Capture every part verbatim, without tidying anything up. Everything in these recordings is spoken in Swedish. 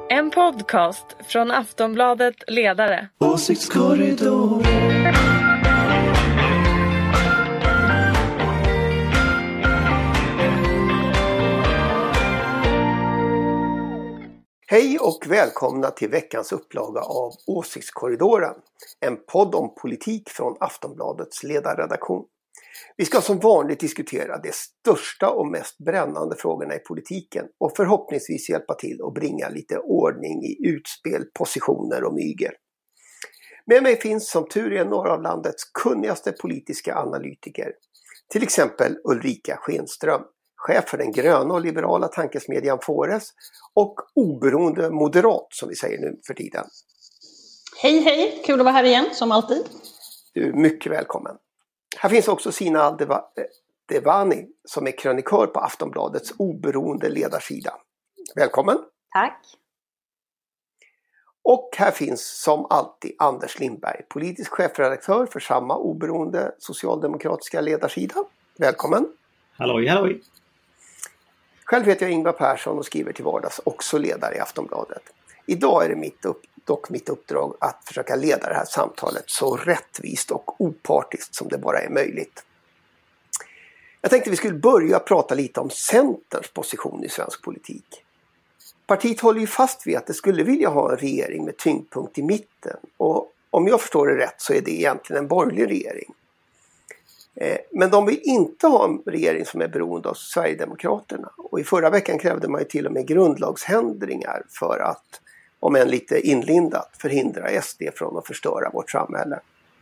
En podcast från Aftonbladet Ledare. Åsiktskorridor. Hej och välkomna till veckans upplaga av Åsiktskorridoren. En podd om politik från Aftonbladets ledarredaktion. Vi ska som vanligt diskutera de största och mest brännande frågorna i politiken och förhoppningsvis hjälpa till att bringa lite ordning i utspel, positioner och mygel. Med mig finns som tur är några av landets kunnigaste politiska analytiker. Till exempel Ulrika Schenström, chef för den gröna och liberala tankesmedjan Fores och oberoende moderat som vi säger nu för tiden. Hej hej, kul att vara här igen som alltid. Du är mycket välkommen. Här finns också Sina Aldevani som är krönikör på Aftonbladets oberoende ledarsida. Välkommen! Tack! Och här finns som alltid Anders Lindberg, politisk chefredaktör för samma oberoende socialdemokratiska ledarsida. Välkommen! Halloj, halloj! Själv heter jag Ingvar Persson och skriver till vardags också ledare i Aftonbladet. Idag är det mitt upp, dock mitt uppdrag att försöka leda det här samtalet så rättvist och opartiskt som det bara är möjligt. Jag tänkte vi skulle börja prata lite om Centerns position i svensk politik. Partiet håller ju fast vid att det skulle vilja ha en regering med tyngdpunkt i mitten. Och om jag förstår det rätt så är det egentligen en borgerlig regering. Men de vill inte ha en regering som är beroende av Sverigedemokraterna. Och i förra veckan krävde man ju till och med grundlagsändringar för att, om än lite inlindat, förhindra S D från att förstöra vårt samhälle.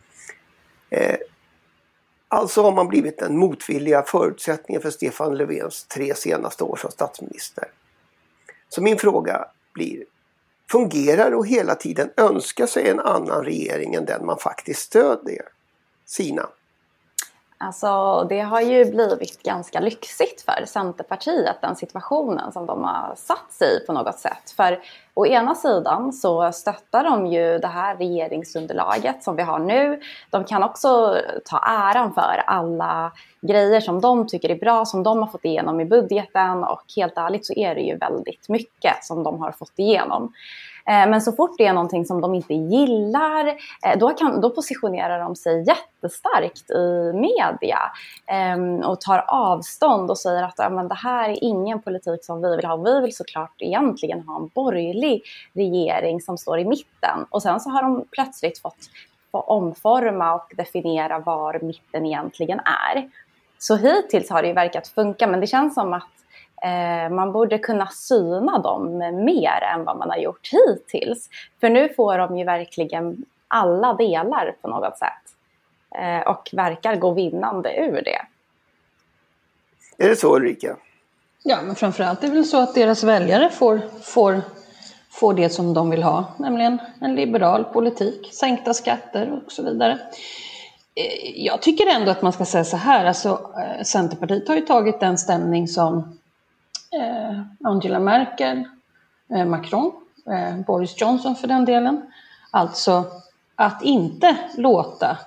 Eh, alltså har man blivit den motvilliga förutsättningen för Stefan Löfvens tre senaste år som statsminister. Så min fråga blir, fungerar det att hela tiden önska sig en annan regering än den man faktiskt stödjer? Sina? Alltså det har ju blivit ganska lyxigt för Centerpartiet, den situationen som de har satt sig i på något sätt. För å ena sidan så stöttar de ju det här regeringsunderlaget som vi har nu. De kan också ta äran för alla grejer som de tycker är bra, som de har fått igenom i budgeten. Och helt ärligt så är det ju väldigt mycket som de har fått igenom. Men så fort det är någonting som de inte gillar, då, kan, då positionerar de sig jättestarkt i media och tar avstånd och säger att ja, men det här är ingen politik som vi vill ha. Vi vill såklart egentligen ha en borgerlig regering som står i mitten. Och sen så har de plötsligt fått få omforma och definiera var mitten egentligen är. Så hittills har det ju verkat funka, men det känns som att man borde kunna syna dem mer än vad man har gjort hittills. För nu får de ju verkligen alla delar på något sätt. Och verkar gå vinnande ur det. Är det så, Ulrika? Ja, men framförallt är det väl så att deras väljare får, får, får det som de vill ha. Nämligen en liberal politik, sänkta skatter och så vidare. Jag tycker ändå att man ska säga så här. Alltså, Centerpartiet har ju tagit den stämning som Angela Merkel, Macron, Boris Johnson för den delen. Alltså att inte låta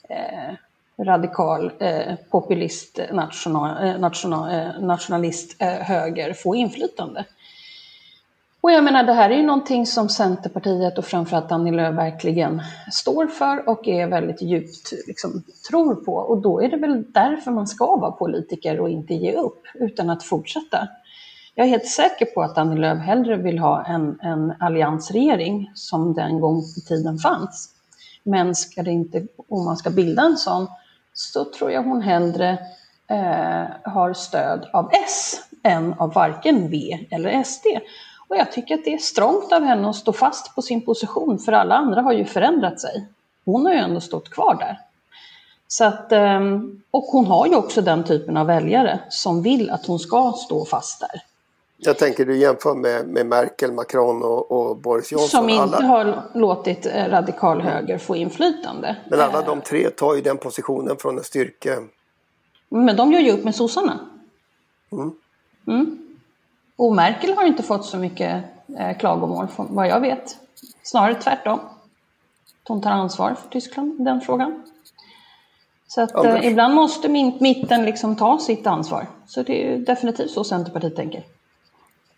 radikal populist national, national, nationalist höger få inflytande. Och jag menar, det här är ju någonting som Centerpartiet och framförallt Annie Lööf verkligen står för och är väldigt djupt liksom, tror på. Och då är det väl därför man ska vara politiker och inte ge upp utan att fortsätta. Jag är helt säker på att Annie Lööf hellre vill ha en, en alliansregering som den gång i tiden fanns. Men ska det inte, om man ska bilda en sån, så tror jag hon hellre eh, har stöd av S än av varken V eller S D. Och jag tycker att det är strångt av henne att stå fast på sin position, för alla andra har ju förändrat sig. Hon har ju ändå stått kvar där. Så att, och hon har ju också den typen av väljare som vill att hon ska stå fast där. Jag tänker du jämför med, med Merkel, Macron och, och Boris Johnson. Som inte alla... har låtit radikal höger få inflytande. Men alla de tre tar ju den positionen från en styrka. Men de gör ju upp med sossarna. Mm. Mm. Och Merkel har inte fått så mycket eh, klagomål vad jag vet. Snarare tvärtom. Hon tar ansvar för Tyskland i den frågan. Så att eh, ibland måste min, mitten liksom ta sitt ansvar. Så det är ju definitivt så Centerpartiet tänker.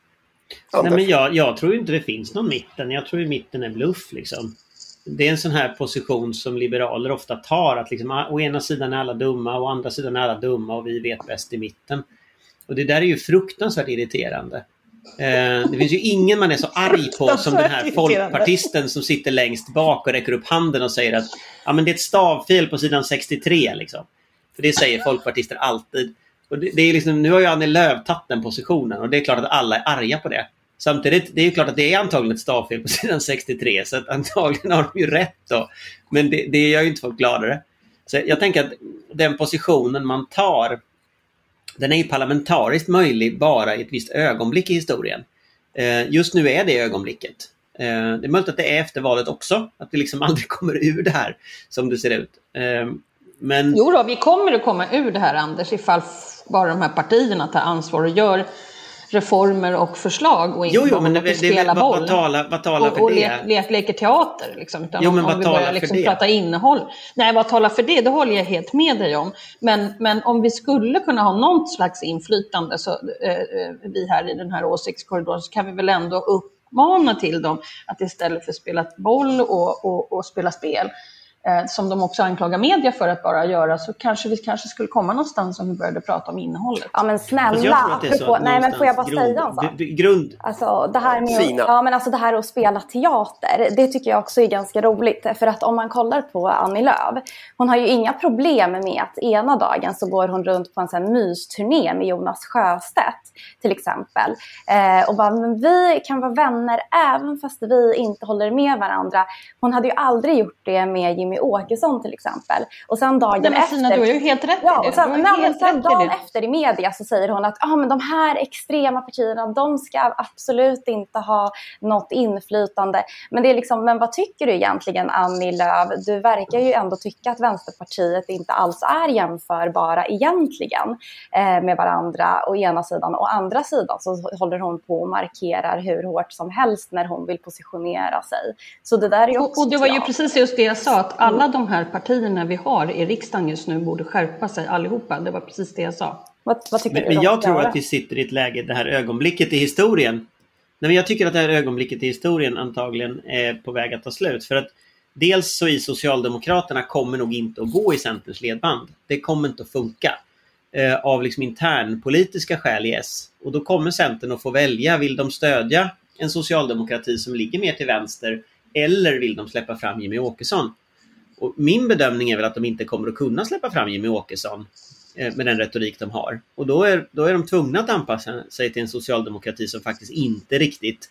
Nej, men jag, jag tror inte det finns någon mitten. Jag tror ju mitten är bluff liksom. Det är en sån här position som liberaler ofta tar. Att liksom, å ena sidan är alla dumma och å andra sidan är alla dumma och vi vet bäst i mitten. Och det där är ju fruktansvärt irriterande. Eh, det finns ju ingen man är så arg på som den här folkpartisten som sitter längst bak och räcker upp handen och säger att ja, men det är ett stavfel på sidan sextiotre liksom. För det säger folkpartister alltid. Och det, det är liksom, nu har ju Annie Lööf tagit den positionen och det är klart att alla är arga på det. Samtidigt, det är ju klart att det är antagligen ett stavfel på sidan sextiotre så att antagligen har de ju rätt då. Men det, det gör ju inte folk gladare. Så jag tänker att den positionen man tar, den är ju parlamentariskt möjlig bara i ett visst ögonblick i historien. Eh, just nu är det ögonblicket. Eh, det är möjligt att det är efter valet också. Att vi liksom aldrig kommer ur det här som det ser ut. Eh, men... Jo då, vi kommer att komma ur det här, Anders, ifall bara de här partierna tar ansvar och gör reformer och förslag och inte jo, jo, men det, det, spela det, boll vad talar, vad talar och, för och det? le, le, leker teater liksom, utan jo, men om, vad om vi talar börjar liksom för det? prata innehåll. Nej, vad talar för det? Det håller jag helt med dig om. Men, men om vi skulle kunna ha något slags inflytande så, eh, vi här i den här åsiktskorridoren, så kan vi väl ändå uppmana till dem att istället för att spela boll och, och, och spela spel Eh, som de också anklagar media för att bara göra, så kanske vi kanske skulle komma någonstans om vi började prata om innehållet. Ja men snälla, apropå, nej men får jag bara grund, säga en sak? Grund. Alltså det här med, ja, men alltså det här att spela teater, det tycker jag också är ganska roligt. För att om man kollar på Annie Lööf, hon har ju inga problem med att ena dagen så går hon runt på en sån här mysturné med Jonas Sjöstedt till exempel. Eh, och bara, men vi kan vara vänner även fast vi inte håller med varandra. Hon hade ju aldrig gjort det med Jimmy Åkesson till exempel. Och sen dagen Nej, efter... Sina, du är ju helt rätt ja, och sen, nej, helt sen rätt dagen efter i media så säger hon att ah, men de här extrema partierna, de ska absolut inte ha något inflytande. Men det är liksom, men vad tycker du egentligen, Annie Lööf? Du verkar ju ändå tycka att Vänsterpartiet inte alls är jämförbara egentligen eh, med varandra å ena sidan. Å andra sidan så håller hon på och markerar hur hårt som helst när hon vill positionera sig. Så det där är ju också och, och det var ju klart. Precis just det jag sa, att alla de här partierna vi har i riksdagen just nu borde skärpa sig allihopa. Det var precis det jag sa. Vad, vad tycker men, du men jag tror göra? att vi sitter i ett läge, det här ögonblicket i historien. Nej, men jag tycker att det här ögonblicket i historien antagligen är på väg att ta slut. För att dels så i Socialdemokraterna kommer nog inte att gå i Centerns ledband. Det kommer inte att funka. Eh, av liksom internpolitiska skäl i S. Och då kommer Centern att få välja, vill de stödja en socialdemokrati som ligger mer till vänster, eller vill de släppa fram Jimmy Åkesson? Och min bedömning är väl att de inte kommer att kunna släppa fram Jimmy Åkesson eh, med den retorik de har. Och då är, då är de tvungna att anpassa sig till en socialdemokrati som faktiskt inte riktigt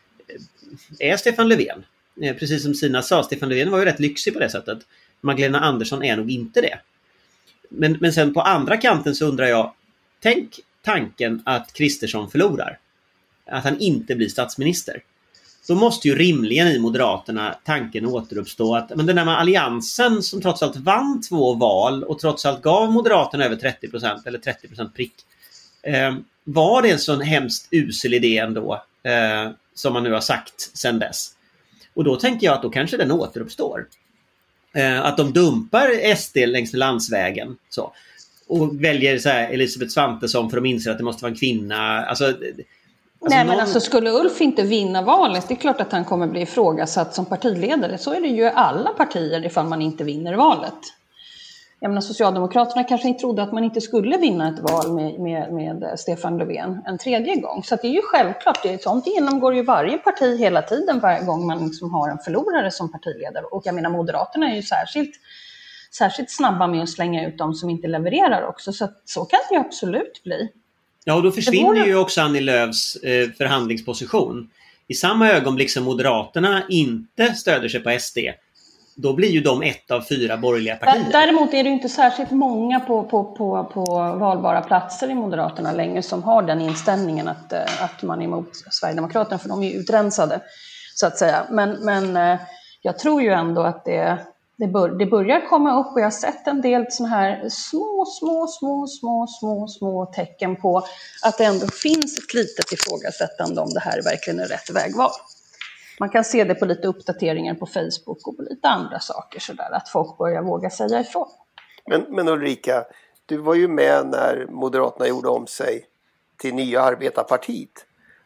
eh, är Stefan Löfven. Eh, precis som Sina sa, Stefan Löfven var ju rätt lyxig på det sättet. Magdalena Andersson är nog inte det. Men, men sen på andra kanten så undrar jag, tänk tanken att Kristersson förlorar. Att han inte blir statsminister. Då måste ju rimligen i Moderaterna tanken återuppstå att men den här med alliansen som trots allt vann två val och trots allt gav Moderaterna över trettio procent eller trettio procent prick. Eh, var det en sån hemskt usel idé ändå eh, som man nu har sagt sedan dess? Och då tänker jag att då kanske den återuppstår. Eh, att de dumpar S D längs med landsvägen så, och väljer så här Elisabeth Svantesson för att de inser att det måste vara en kvinna. Alltså... Alltså Nej någon... men alltså skulle Ulf inte vinna valet, det är klart att han kommer bli ifrågasatt som partiledare. Så är det ju i alla partier ifall man inte vinner valet. Jag menar, Socialdemokraterna kanske inte trodde att man inte skulle vinna ett val med, med, med Stefan Löfven en tredje gång. Så det är ju självklart, det är sånt genomgår ju varje parti hela tiden varje gång man liksom har en förlorare som partiledare. Och jag menar, Moderaterna är ju särskilt, särskilt snabba med att slänga ut dem som inte levererar också. Så, att, så kan det ju absolut bli. Ja, och då försvinner vore... ju också Annie Lööfs eh, förhandlingsposition. I samma ögonblick som Moderaterna inte stöder sig på S D, då blir ju de ett av fyra borgerliga partier. Däremot är det ju inte särskilt många på, på, på, på valbara platser i Moderaterna längre som har den inställningen att, att man är emot Sverigedemokraterna, för de är ju utrensade så att säga. Men, men jag tror ju ändå att det... Det, bör, det börjar komma upp och jag har sett en del såna här små, små, små, små, små, små tecken på att det ändå finns ett litet ifrågasättande om det här verkligen är rätt vägval. Man kan se det på lite uppdateringar på Facebook och på lite andra saker sådär, att folk börjar våga säga ifrån. Men, men Ulrika, du var ju med när Moderaterna gjorde om sig till Nya Arbetarpartiet.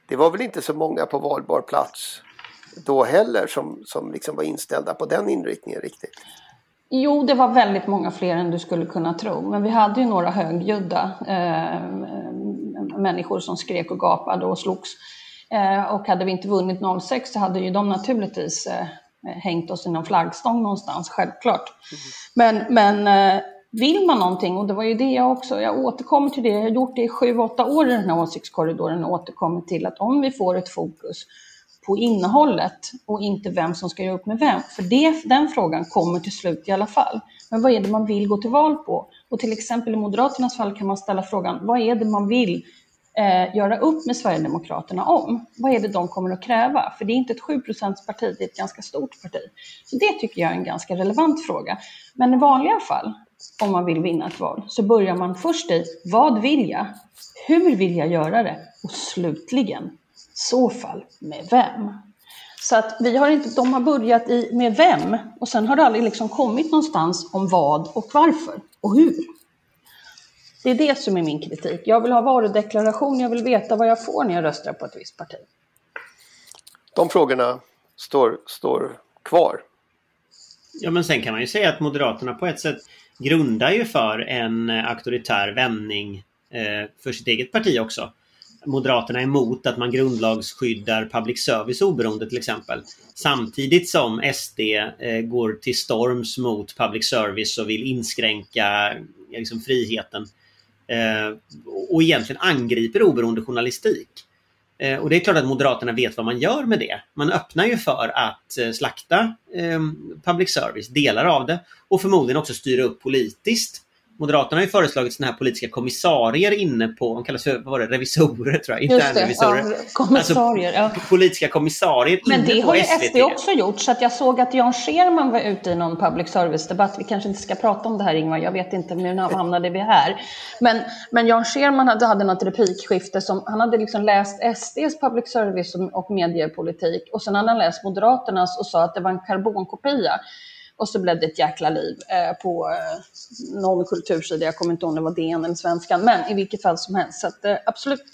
det var väl inte så många på valbar plats då heller som, som liksom var inställda på den inriktningen riktigt. Jo, det var väldigt många fler än du skulle kunna tro. Men vi hade ju några högljudda eh, människor som skrek och gapade och slogs. Eh, och hade vi inte vunnit noll sex så hade ju de naturligtvis eh, hängt oss i någon flaggstång någonstans, självklart. Mm. Men, men eh, vill man någonting, och det var ju det jag också, jag återkommer till det, jag har gjort det i sju, åtta år i den här åsiktskorridoren och återkommer till att om vi får ett fokus på innehållet och inte vem som ska göra upp med vem. För det, den frågan kommer till slut i alla fall. Men vad är det man vill gå till val på? Och till exempel i Moderaternas fall kan man ställa frågan, vad är det man vill eh, göra upp med Sverigedemokraterna om? Vad är det de kommer att kräva? För det är inte ett sju procents parti, det är ett ganska stort parti. Så det tycker jag är en ganska relevant fråga. Men i vanliga fall, om man vill vinna ett val, så börjar man först i, vad vill jag? Hur vill jag göra det? Och slutligen, så fall med vem? Så att vi har inte, de har börjat i med vem och sen har det aldrig liksom kommit någonstans om vad och varför och hur. Det är det som är min kritik. Jag vill ha varudeklaration, jag vill veta vad jag får när jag röstar på ett visst parti. De frågorna står, står kvar. Ja, men sen kan man ju säga att Moderaterna på ett sätt grundar ju för en auktoritär vändning eh, för sitt eget parti också. Moderaterna är emot att man grundlagsskyddar public service oberoende till exempel. Samtidigt som S D eh, går till storms mot public service och vill inskränka liksom, friheten. Eh, och egentligen angriper oberoende journalistik. Eh, och det är klart att Moderaterna vet vad man gör med det. Man öppnar ju för att eh, slakta eh, public service, delar av det. Och förmodligen också styra upp politiskt. Moderaterna har ju föreslagit såna här politiska kommissarier inne på, de kallas för, vad var det, revisorer tror jag, Just det, revisorer. Ja, kommissarier. Alltså, ja. Politiska kommissarier men inne det på har ju S V T. S D också gjort, så att jag såg att Jan Scherman var ute i någon public service-debatt. Vi kanske inte ska prata om det här, Ingvar, jag vet inte, men nu hamnade vi här. Men, men Jan Scherman hade, hade något replikskifte som, han hade liksom läst S D:s public service och mediepolitik och sen hade han läst Moderaternas och sa att det var en karbonkopia. Och så blev det ett jäkla liv eh, på eh, någon kultursida. Jag kommer inte ihåg om det var D N eller Svenskan. Men i vilket fall som helst. Så att, eh, absolut.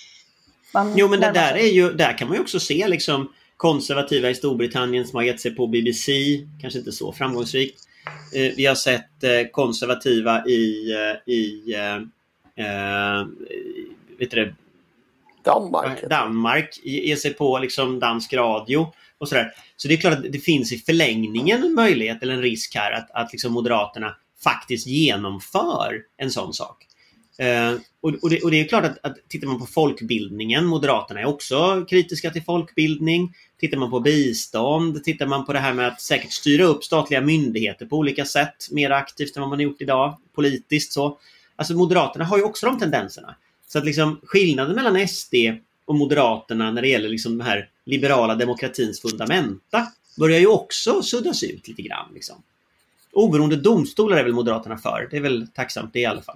Man jo, men det där, är ju, där kan man ju också se liksom, konservativa i Storbritannien som har gett sig på B B C. Kanske inte så framgångsrikt. Eh, vi har sett eh, konservativa i, eh, i eh, eh, vet du det? Danmark. Danmark ge sig på liksom, dansk radio. Och sådär. Så det är klart att det finns i förlängningen en möjlighet eller en risk här att, att liksom Moderaterna faktiskt genomför en sån sak. Eh, och, och, det, och det är klart att, att tittar man på folkbildningen, Moderaterna är också kritiska till folkbildning. Tittar man på bistånd, tittar man på det här med att säkert styra upp statliga myndigheter på olika sätt, mer aktivt än vad man har gjort idag, politiskt så. Alltså Moderaterna har ju också de tendenserna. Så att liksom skillnaden mellan S D och Moderaterna när det gäller liksom den här liberala demokratins fundamenta börjar ju också suddas ut lite grann. Liksom. Oberoende domstolar är väl Moderaterna för. Det är väl tacksamt det i alla fall.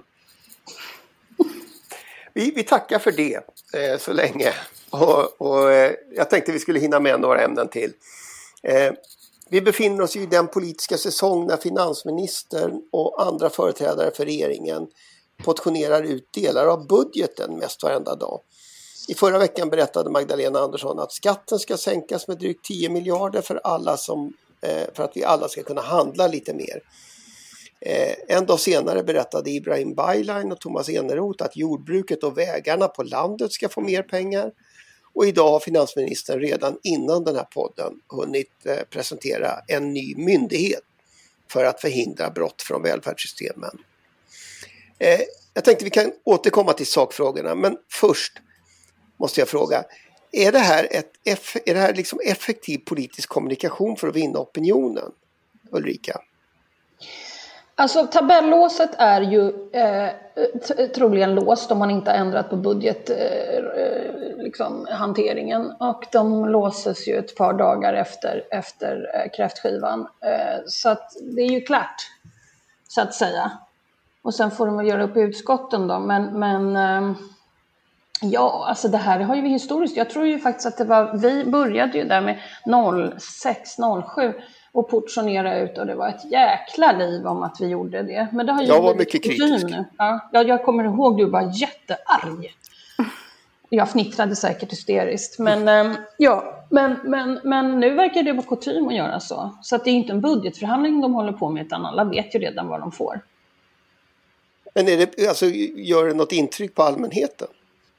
Vi, vi tackar för det eh, så länge. Och, och eh, jag tänkte vi skulle hinna med några ämnen till. Eh, vi befinner oss i den politiska säsong när finansministern och andra företrädare för regeringen portionerar ut delar av budgeten mest varenda dag. I förra veckan berättade Magdalena Andersson att skatten ska sänkas med drygt tio miljarder för, alla som, eh, för att vi alla ska kunna handla lite mer. Eh, en dag senare berättade Ibrahim Baylan och Thomas Eneroth att jordbruket och vägarna på landet ska få mer pengar. Och idag har finansministern redan innan den här podden hunnit eh, presentera en ny myndighet för att förhindra brott från välfärdssystemen. Eh, jag tänkte vi kan återkomma till sakfrågorna, men först måste jag fråga, är det här, ett, är det här liksom effektiv politisk kommunikation för att vinna opinionen, Ulrika? Alltså tabellåset är ju eh, t- troligen låst om man inte har ändrat på budget eh, liksom, hanteringen. Och de låses ju ett par dagar efter, efter eh, kräftskivan. Eh, så att det är ju klart, så att säga. Och sen får de väl göra upp i utskotten då. Men, men eh, ja, alltså det här har ju vi historiskt. Jag tror ju faktiskt att det var, vi började ju där med noll sex noll sju. Och portionera ut, och det var ett jäkla liv om att vi gjorde det. Men det har ju jag var mycket kritisk. Nu. Ja, jag kommer ihåg du var jättearg. Jag fnittrade säkert hysteriskt. Men, ähm, ja, men, men, men nu verkar det vara kutym att göra så. Så att det är inte en budgetförhandling de håller på med, utan alla vet ju redan vad de får. Men är det, alltså, gör det något intryck på allmänheten?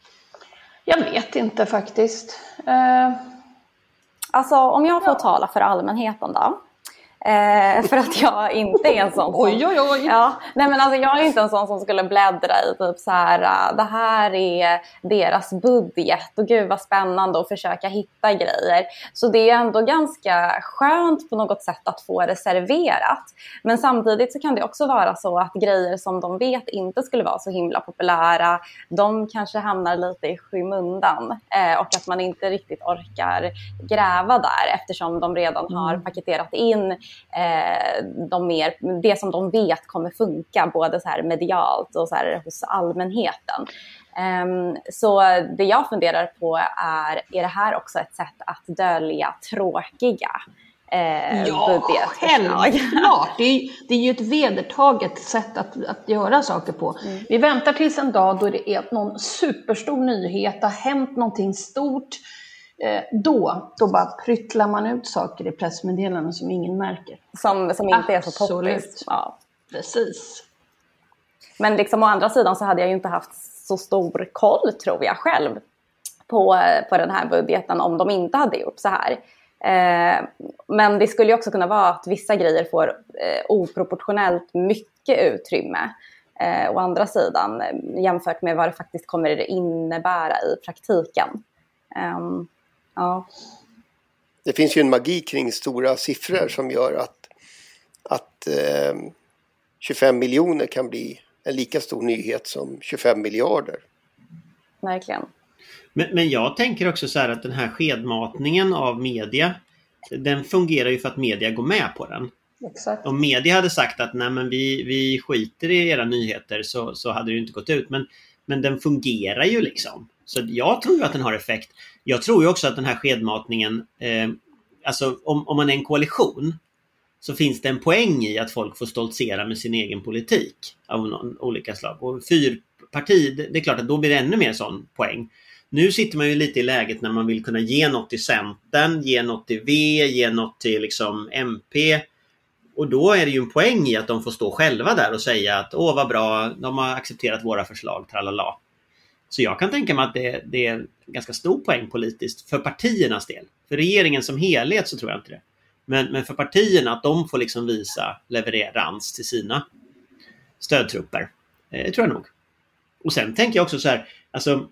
Jag vet inte faktiskt. Uh... Alltså om jag får tala för allmänheten då. Eh, för att jag inte är en sån som... Oj, oj, oj. Ja, nej men alltså jag är inte en sån som skulle bläddra i typ så här, det här är deras budget och gud vad spännande att försöka hitta grejer. Så det är ändå ganska skönt på något sätt att få det serverat. Men samtidigt så kan det också vara så att grejer som de vet inte skulle vara så himla populära, de kanske hamnar lite i skymundan. Eh, och att man inte riktigt orkar gräva där eftersom de redan mm. har paketerat in Eh, de mer, det som de vet kommer funka både så här medialt och så här hos allmänheten. Eh, så det jag funderar på är, är det här också ett sätt att dölja tråkiga eh, ja, budgetförslag? Självklart. Det är, det är ju ett vedertaget sätt att, att göra saker på. Mm. Vi väntar tills en dag då det är någon superstor nyhet, har hänt någonting stort. Eh, då, då bara pryttlar man ut saker i pressmeddelanden som ingen märker. Som, som inte Absolut. Är så poppis. Ja, precis. Men liksom å andra sidan så hade jag ju inte haft så stor koll, tror jag själv, på, på den här budgeten om de inte hade gjort så här. Eh, men det skulle ju också kunna vara att vissa grejer får eh, oproportionellt mycket utrymme. Eh, å andra sidan jämfört med vad det faktiskt kommer innebära i praktiken. Um, Ja. Det finns ju en magi kring stora siffror som gör att, att eh, tjugofem miljoner kan bli en lika stor nyhet som tjugofem miljarder. Verkligen. Men, men jag tänker också så här att den här skedmatningen av media, den fungerar ju för att media går med på den. Exakt. Om media hade sagt att nej men vi, vi skiter i era nyheter så, så hade det ju inte gått ut. Men, men den fungerar ju liksom. Så jag tror ju att den har effekt. Jag tror ju också att den här skedmatningen, eh, alltså om, om man är en koalition så finns det en poäng i att folk får stoltsera med sin egen politik av någon, olika slag. Och fyrparti, det, det är klart att då blir det ännu mer sån poäng. Nu sitter man ju lite i läget när man vill kunna ge något till Centern, ge något till V, ge något till liksom M P. Och då är det ju en poäng i att de får stå själva där och säga att åh vad bra, de har accepterat våra förslag, tralala. Så jag kan tänka mig att det, det är en ganska stor poäng politiskt för partiernas del. För regeringen som helhet så tror jag inte det. Men, men för partierna att de får liksom visa levererans till sina stödtrupper. Det tror jag nog. Och sen tänker jag också så här, alltså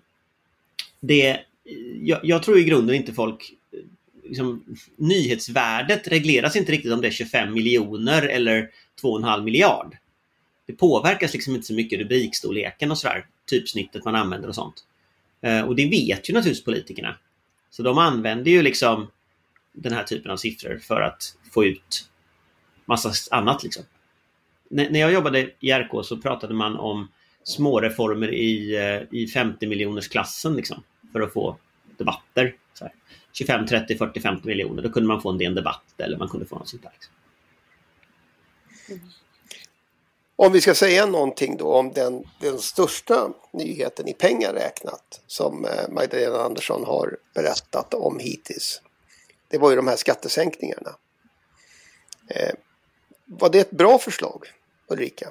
det, jag, jag tror i grunden inte folk, liksom, nyhetsvärdet regleras inte riktigt om det är tjugofem miljoner eller två och en halv miljard. Det påverkas liksom inte så mycket rubrikstorleken och sådär, typsnittet man använder och sånt. Eh, och det vet ju naturligtvis politikerna. Så de använder ju liksom den här typen av siffror för att få ut massa annat liksom. N- när jag jobbade i R K så pratade man om små reformer i, i femtio miljoners klassen liksom, för att få debatter. Så här. tjugofem, trettio, fyrtio, femtio miljoner. Då kunde man få en del debatt eller man kunde få något sånt där. Liksom. Mm. Om vi ska säga någonting då om den, den största nyheten i pengar räknat som Magdalena Andersson har berättat om hittills. Det var ju de här skattesänkningarna. Eh, var det ett bra förslag, Ulrika?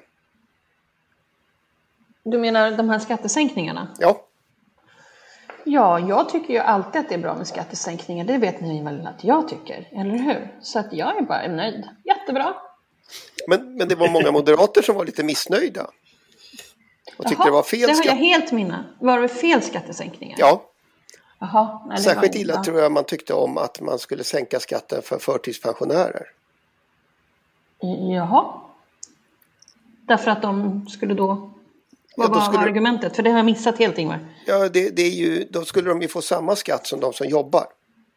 Du menar de här skattesänkningarna? Ja. Ja, jag tycker ju alltid att det är bra med skattesänkningar. Det vet ni väl att jag tycker, eller hur? Så att jag är bara nöjd. Jättebra. Men, men det var många moderater som var lite missnöjda. Och tyckte Jaha, det var fel det har skatt. jag helt minna. Var det fel skattesänkningar? Ja. Jaha, nej, Särskilt var... illa ja. tror jag man tyckte om att man skulle sänka skatten för förtidspensionärer. Jaha. Därför att de skulle då... Vad Ja, då var skulle... argumentet? För det har jag missat helt, Ingvar. Ja, det, det är ju, då skulle de ju få samma skatt som de som jobbar.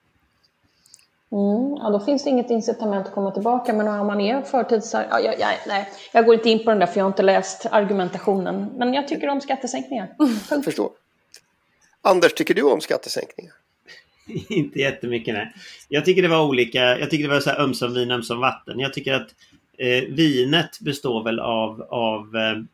Mm, ja, då finns det inget incitament att komma tillbaka. Men om man är förtids... Ja, ja, ja, nej. Jag går inte in på den där för jag har inte läst argumentationen. Men jag tycker om skattesänkningar. Jag förstår. Anders, tycker du om skattesänkningar? Inte jättemycket, nej. Jag tycker det var olika. Jag tycker det var så här ömsom vin, ömsom vatten. Jag tycker att eh, vinet består väl av, av, eh,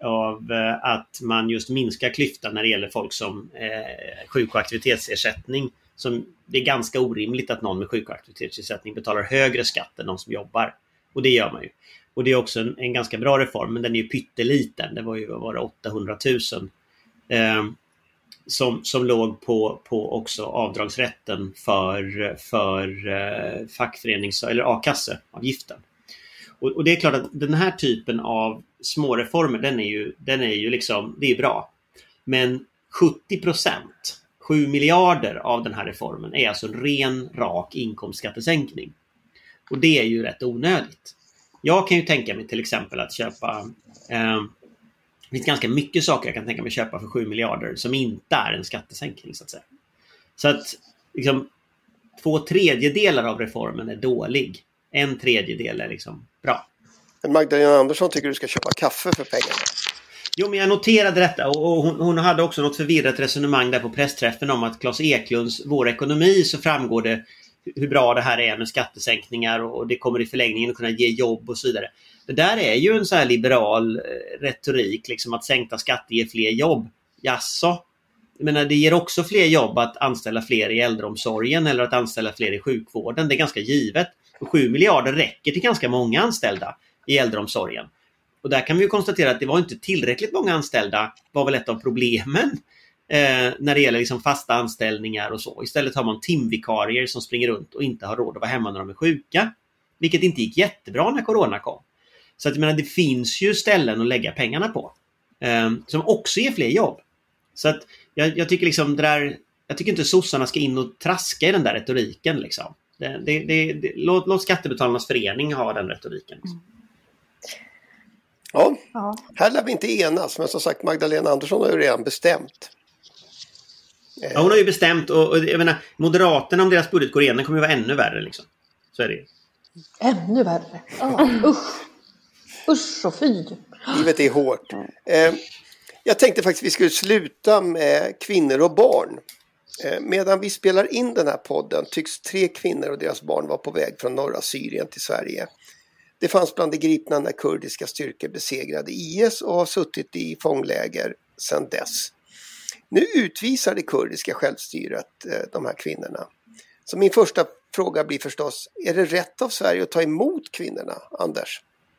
av att man just minskar klyftan när det gäller folk som eh, sjuk- och aktivitetsersättning. Som det är ganska orimligt att någon med sjuk- och aktivitetsersättning betalar högre skatt än någon som jobbar. Och det gör man ju. Och det är också en, en ganska bra reform, men den är ju pytteliten. Det var ju var det åttahundratusen eh, som, som låg på, på också avdragsrätten för, för eh, fackförenings- eller a-kasseavgiften. Och, och det är klart att den här typen av små reformer, den är ju, den är ju liksom, det är bra. Men sjuttio procent, sju miljarder av den här reformen är alltså en ren, rak inkomstskattesänkning. Och det är ju rätt onödigt. Jag kan ju tänka mig till exempel att köpa, eh, det finns ganska mycket saker jag kan tänka mig köpa för sju miljarder som inte är en skattesänkning så att säga. Så att liksom, två tredjedelar av reformen är dålig. En tredjedel är liksom bra. Men Magdalena Andersson tycker du ska köpa kaffe för pengarna. Jo, men jag noterade detta och hon, hon hade också något förvirrat resonemang där på pressträffen om att Claes Eklunds Vår ekonomi så framgår det hur bra det här är med skattesänkningar och det kommer i förlängningen att kunna ge jobb och så vidare. Det där är ju en så här liberal retorik, liksom att sänkta skatter ger fler jobb. Jaså? Jag menar, det ger också fler jobb att anställa fler i äldreomsorgen eller att anställa fler i sjukvården. Det är ganska givet. Och sju miljarder räcker till ganska många anställda i äldreomsorgen. Och där kan vi ju konstatera att det var inte tillräckligt många anställda, var väl ett av problemen eh, när det gäller liksom fasta anställningar och så. Istället har man timvikarier som springer runt och inte har råd att vara hemma när de är sjuka. Vilket inte gick jättebra när corona kom. Så att jag menar, det finns ju ställen att lägga pengarna på. Eh, som också ger fler jobb. Så att jag, jag tycker liksom det där, jag tycker inte sossarna ska in och traska i den där retoriken liksom. Det, det, det, det, låt, låt Skattebetalarnas förening ha den retoriken. Liksom. Ja, Ja. här lär vi inte enas, men som sagt Magdalena Andersson har ju redan bestämt. Ja, hon har ju bestämt och, och jag menar, Moderaterna om deras budget går igenom kommer ju vara ännu värre liksom. Så är det ju. Ännu värre. Oh, usch. Usch och fy. Livet är hårt. Eh, jag tänkte faktiskt vi skulle sluta med kvinnor och barn. Eh, medan vi spelar in den här podden tycks tre kvinnor och deras barn vara på väg från norra Syrien till Sverige. Det fanns bland de gripna när kurdiska styrkor besegrade I S och har suttit i fångläger sedan dess. Nu utvisar det kurdiska självstyret eh, de här kvinnorna. Så min första fråga blir förstås, är det rätt av Sverige att ta emot kvinnorna, Anders?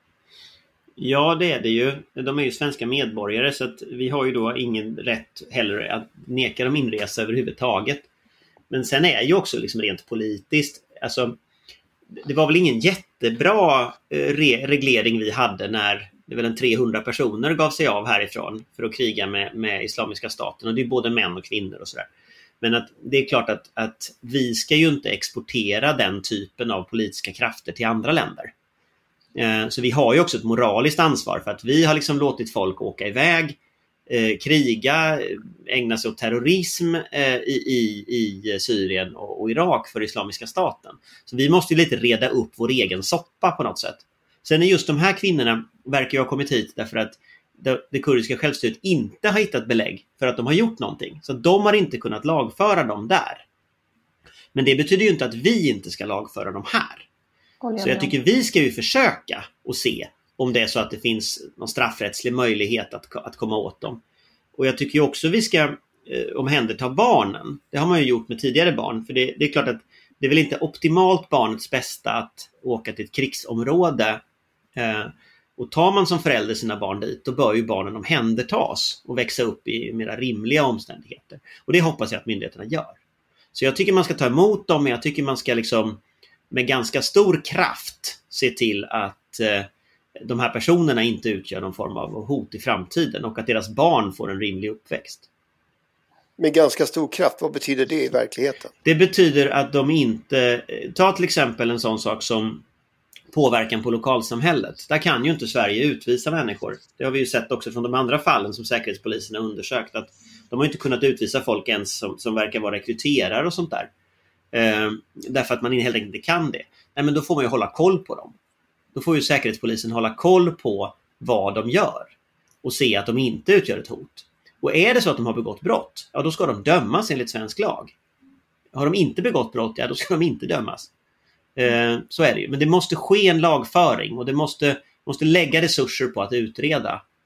Ja, det är det ju. De är ju svenska medborgare så att vi har ju då ingen rätt heller att neka dem inresa överhuvudtaget. Men sen är ju också liksom rent politiskt, alltså det var väl ingen jättebra re- reglering vi hade när det är väl en trehundra personer gav sig av härifrån för att kriga med, med Islamiska staten. Och det är både män och kvinnor och sådär. Men att det är klart att, att vi ska ju inte exportera den typen av politiska krafter till andra länder. Eh, så vi har ju också ett moraliskt ansvar för att vi har liksom låtit folk åka iväg, eh, kriga, ägna sig åt terrorism eh, i, i, i Syrien och, och Irak för Islamiska staten. Så vi måste ju lite reda upp vår egen soppa på något sätt. Sen är just de här kvinnorna verkar ju ha kommit hit därför att det, det kurdiska självstyret inte har hittat belägg för att de har gjort någonting. Så de har inte kunnat lagföra dem där. Men det betyder ju inte att vi inte ska lagföra dem här. Så jag tycker vi ska ju försöka och se om det är så att det finns någon straffrättslig möjlighet att, att komma åt dem. Och jag tycker ju också vi ska eh, omhänderta barnen. Det har man ju gjort med tidigare barn. För det, det är klart att det är väl inte optimalt barnets bästa att åka till ett krigsområde. Eh, och tar man som förälder sina barn dit, då bör ju barnen omhändertas och växa upp i mera rimliga omständigheter. Och det hoppas jag att myndigheterna gör. Så jag tycker man ska ta emot dem, men jag tycker man ska liksom med ganska stor kraft se till att eh, de här personerna inte utgör någon form av hot i framtiden och att deras barn får en rimlig uppväxt. Med ganska stor kraft, vad betyder det i verkligheten? Det betyder att de inte, ta till exempel en sån sak som påverkan på lokalsamhället. Där kan ju inte Sverige utvisa människor. Det har vi ju sett också från de andra fallen som Säkerhetspolisen har undersökt. Att de har inte kunnat utvisa folk ens som, som verkar vara rekryterare och sånt där. Eh, därför att man helt enkelt inte kan det. Nej, men då får man ju hålla koll på dem. Då får ju Säkerhetspolisen hålla koll på vad de gör. Och se att de inte utgör ett hot. Och är det så att de har begått brott, ja då ska de dömas enligt svensk lag. Har de inte begått brott, ja då ska de inte dömas. Eh, så är det ju. Men det måste ske en lagföring och det måste, måste lägga resurser på att utreda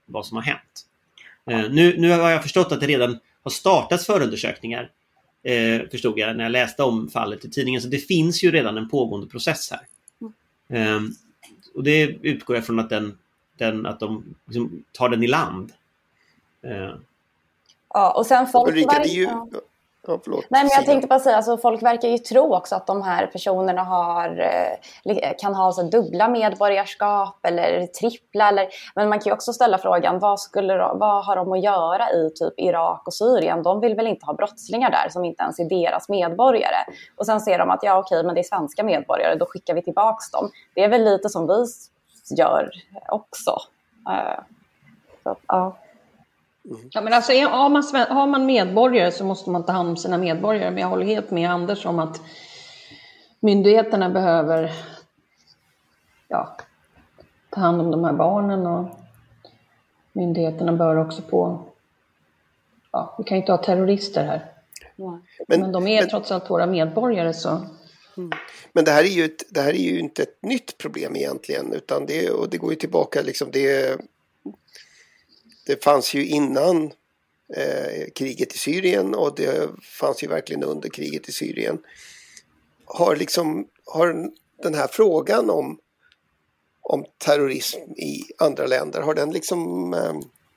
vad som har hänt. Eh, nu, nu har jag förstått att det redan har startats förundersökningar, eh, förstod jag när jag läste om fallet i tidningen. Så det finns ju redan en pågående process här. Eh, och det utgår jag från att, den, den, att de liksom tar den i land. Eh. Ja, och sen folk... Ulrika, det är ju... Ja. Ja, förlåt. Nej, men jag tänkte bara säga, alltså, folk verkar ju tro också att de här personerna har, eh, kan ha så dubbla medborgarskap eller trippla. Eller, men man kan ju också ställa frågan, vad, skulle, vad har de att göra i typ Irak och Syrien? De vill väl inte ha brottslingar där som inte ens är deras medborgare. Och sen ser de att ja okej, men det är svenska medborgare, då skickar vi tillbaks dem. Det är väl lite som vi gör också. Uh, så, uh. Ja, men alltså, har, man, har man medborgare så måste man ta hand om sina medborgare. Men jag håller helt med Anders om att myndigheterna behöver ja, ta hand om de här barnen. Och myndigheterna bör också på... Ja, vi kan ju inte ha terrorister här. Ja. Men, men de är men, trots allt våra medborgare så... Mm. Men det här är ju, ett, det här är ju inte ett nytt problem egentligen. Utan det, och det går ju tillbaka liksom... Det, Det fanns ju innan eh, kriget i Syrien och det fanns ju verkligen under kriget i Syrien. Har liksom har den här frågan om, om terrorism i andra länder, har den liksom eh,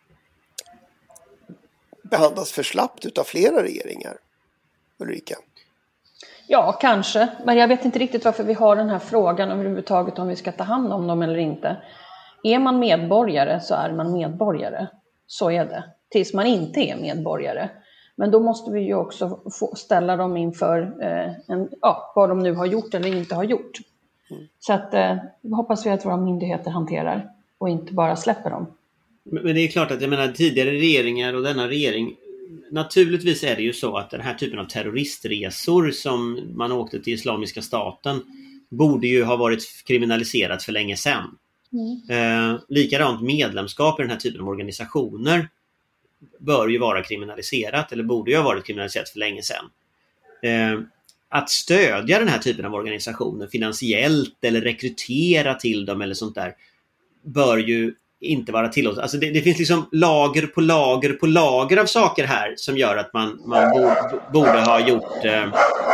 behandlats för slappt utav flera regeringar, Ulrika? Ja, kanske. Men jag vet inte riktigt varför vi har den här frågan överhuvudtaget, om vi ska ta hand om dem eller inte. Är man medborgare så är man medborgare. Så är det. Tills man inte är medborgare. Men då måste vi ju också få ställa dem inför eh, en, ja, vad de nu har gjort eller inte har gjort. Mm. Så att eh, hoppas vi att våra myndigheter hanterar och inte bara släpper dem. Men, men det är klart att jag menar tidigare regeringar och denna regering, naturligtvis är det ju så att den här typen av terroristresor som man åkte till Islamiska staten borde ju ha varit kriminaliserat för länge sedan. Mm. Eh, likadant medlemskap i den här typen av organisationer bör ju vara kriminaliserat eller borde ju ha varit kriminaliserat för länge sedan. Eh, att stödja den här typen av organisationer finansiellt eller rekrytera till dem eller sånt där bör ju inte vara tillåtet. Alltså det, det finns liksom lager på lager på lager av saker här som gör att man, man borde, borde ha gjort... Eh,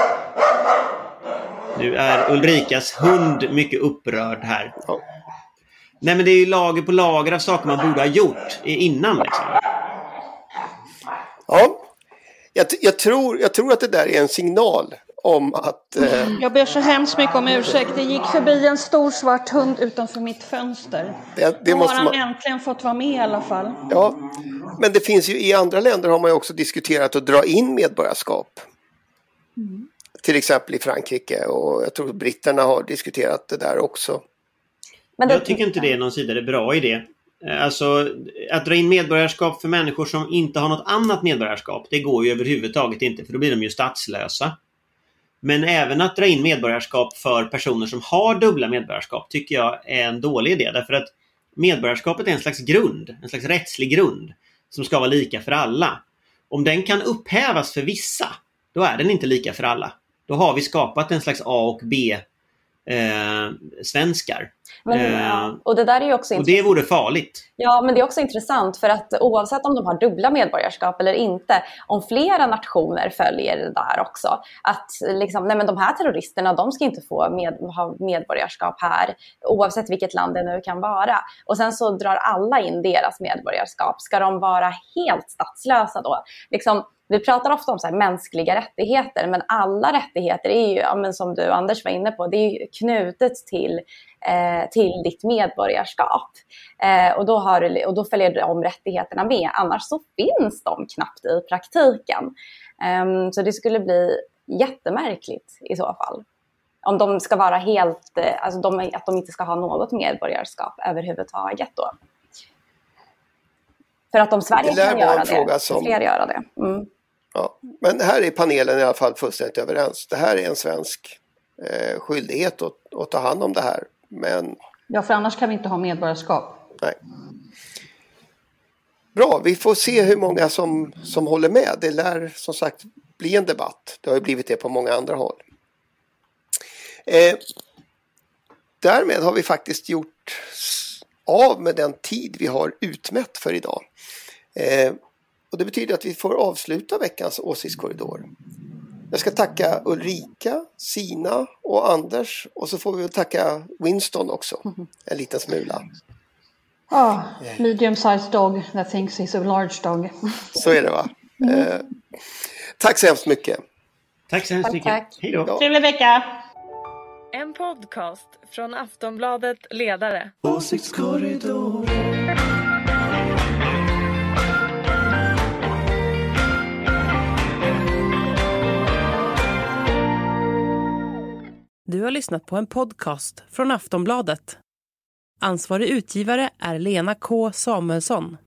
nu är Ulrikas hund mycket upprörd här. Nej, men det är ju lager på lager av saker man borde ha gjort innan liksom. Ja, jag, jag, tror, jag tror att det där är en signal om att... Eh... Jag ber så hemskt mycket om ursäkt. Det gick förbi en stor svart hund utanför mitt fönster. Det, det måste har han man... äntligen fått vara med i alla fall. Ja, men det finns ju i andra länder har man ju också diskuterat att dra in medborgarskap. Mm. Till exempel i Frankrike, och jag tror att britterna har diskuterat det där också. Men det... Jag tycker inte det är någon sidare bra idé. Alltså att dra in medborgarskap för människor som inte har något annat medborgarskap, det går ju överhuvudtaget inte, för då blir de ju statslösa. Men även att dra in medborgarskap för personer som har dubbla medborgarskap tycker jag är en dålig idé. Därför att medborgarskapet är en slags grund, en slags rättslig grund som ska vara lika för alla. Om den kan upphävas för vissa, då är den inte lika för alla. Då har vi skapat en slags A och B eh, svenskar. Men, eh, ja. Och det där är ju också och det vore farligt. Ja, men det är också intressant för att oavsett om de har dubbla medborgarskap eller inte, om flera nationer följer det där också, att liksom, nej men de här terroristerna, de ska inte få med, ha medborgarskap här, oavsett vilket land det nu kan vara. Och sen så drar alla in deras medborgarskap. Ska de vara helt statslösa då? Liksom, vi pratar ofta om så här mänskliga rättigheter, men alla rättigheter är ju, ja, men som du Anders var inne på, det är ju knutet till, eh, till ditt medborgarskap. Eh, och, då har, och då följer de rättigheterna med, annars så finns de knappt i praktiken. Eh, så det skulle bli jättemärkligt i så fall. Om de ska vara helt, eh, alltså de, att de inte ska ha något medborgarskap överhuvudtaget då. För att om Sverige kan göra det, så fler göra det. Mm. Ja, men här är panelen i alla fall fullständigt överens. Det här är en svensk eh, skyldighet att, att ta hand om det här. Men... Ja, för annars kan vi inte ha medborgarskap. Nej. Bra, vi får se hur många som, som håller med. Det lär som sagt bli en debatt. Det har ju blivit det på många andra håll. Eh, därmed har vi faktiskt gjort av med den tid vi har utmätt för idag. Eh, och det betyder att vi får avsluta veckans åsiktskorridor. Jag ska tacka Ulrika, Sina och Anders. Och så får vi tacka Winston också. En liten smula. Ja, oh, medium-sized dog that thinks he's a large dog. Så är det, va? Mm. Eh, tack så hemskt mycket. Tack så hemskt tack, mycket. Tack. Hej då. Trevlig vecka. En podcast från Aftonbladet Ledare. Åsiktskorridor. Du har lyssnat på en podcast från Aftonbladet. Ansvarig utgivare är Lena K. Samuelsson.